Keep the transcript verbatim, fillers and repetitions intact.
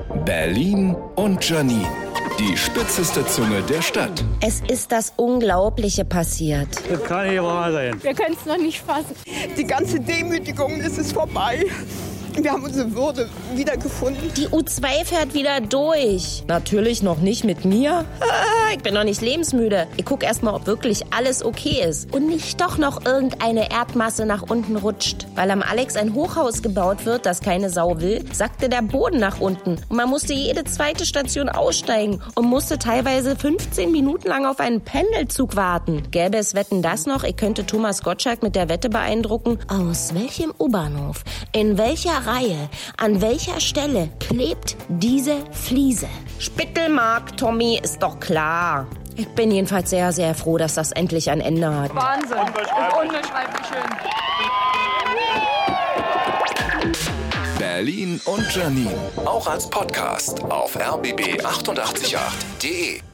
Berlin und Janine. Die spitzeste Zunge der Stadt. Es ist das Unglaubliche passiert. Das kann nicht wahr sein. Wir können es noch nicht fassen. Die ganze Demütigung, ist es vorbei. Wir haben unsere Würde wiedergefunden. Die U zwei fährt wieder durch. Natürlich noch nicht mit mir. Ich bin noch nicht lebensmüde. Ich guck erst mal, ob wirklich alles okay ist. Und nicht doch noch irgendeine Erdmasse nach unten rutscht. Weil am Alex ein Hochhaus gebaut wird, das keine Sau will, sackte der Boden nach unten. Und man musste jede zweite Station aussteigen und musste teilweise fünfzehn Minuten lang auf einen Pendelzug warten. Gäbe es Wetten das noch, ich könnte Thomas Gottschalk mit der Wette beeindrucken, aus welchem U-Bahnhof, in welcher Reihe, an welcher Stelle klebt diese Fliese? Spittelmark, Tommy, ist doch klar. Ich bin jedenfalls sehr, sehr froh, dass das endlich ein Ende hat. Wahnsinn. Unbeschreiblich. Unbeschreiblich schön. Berlin und Janine. Auch als Podcast auf r b b acht acht acht punkt de.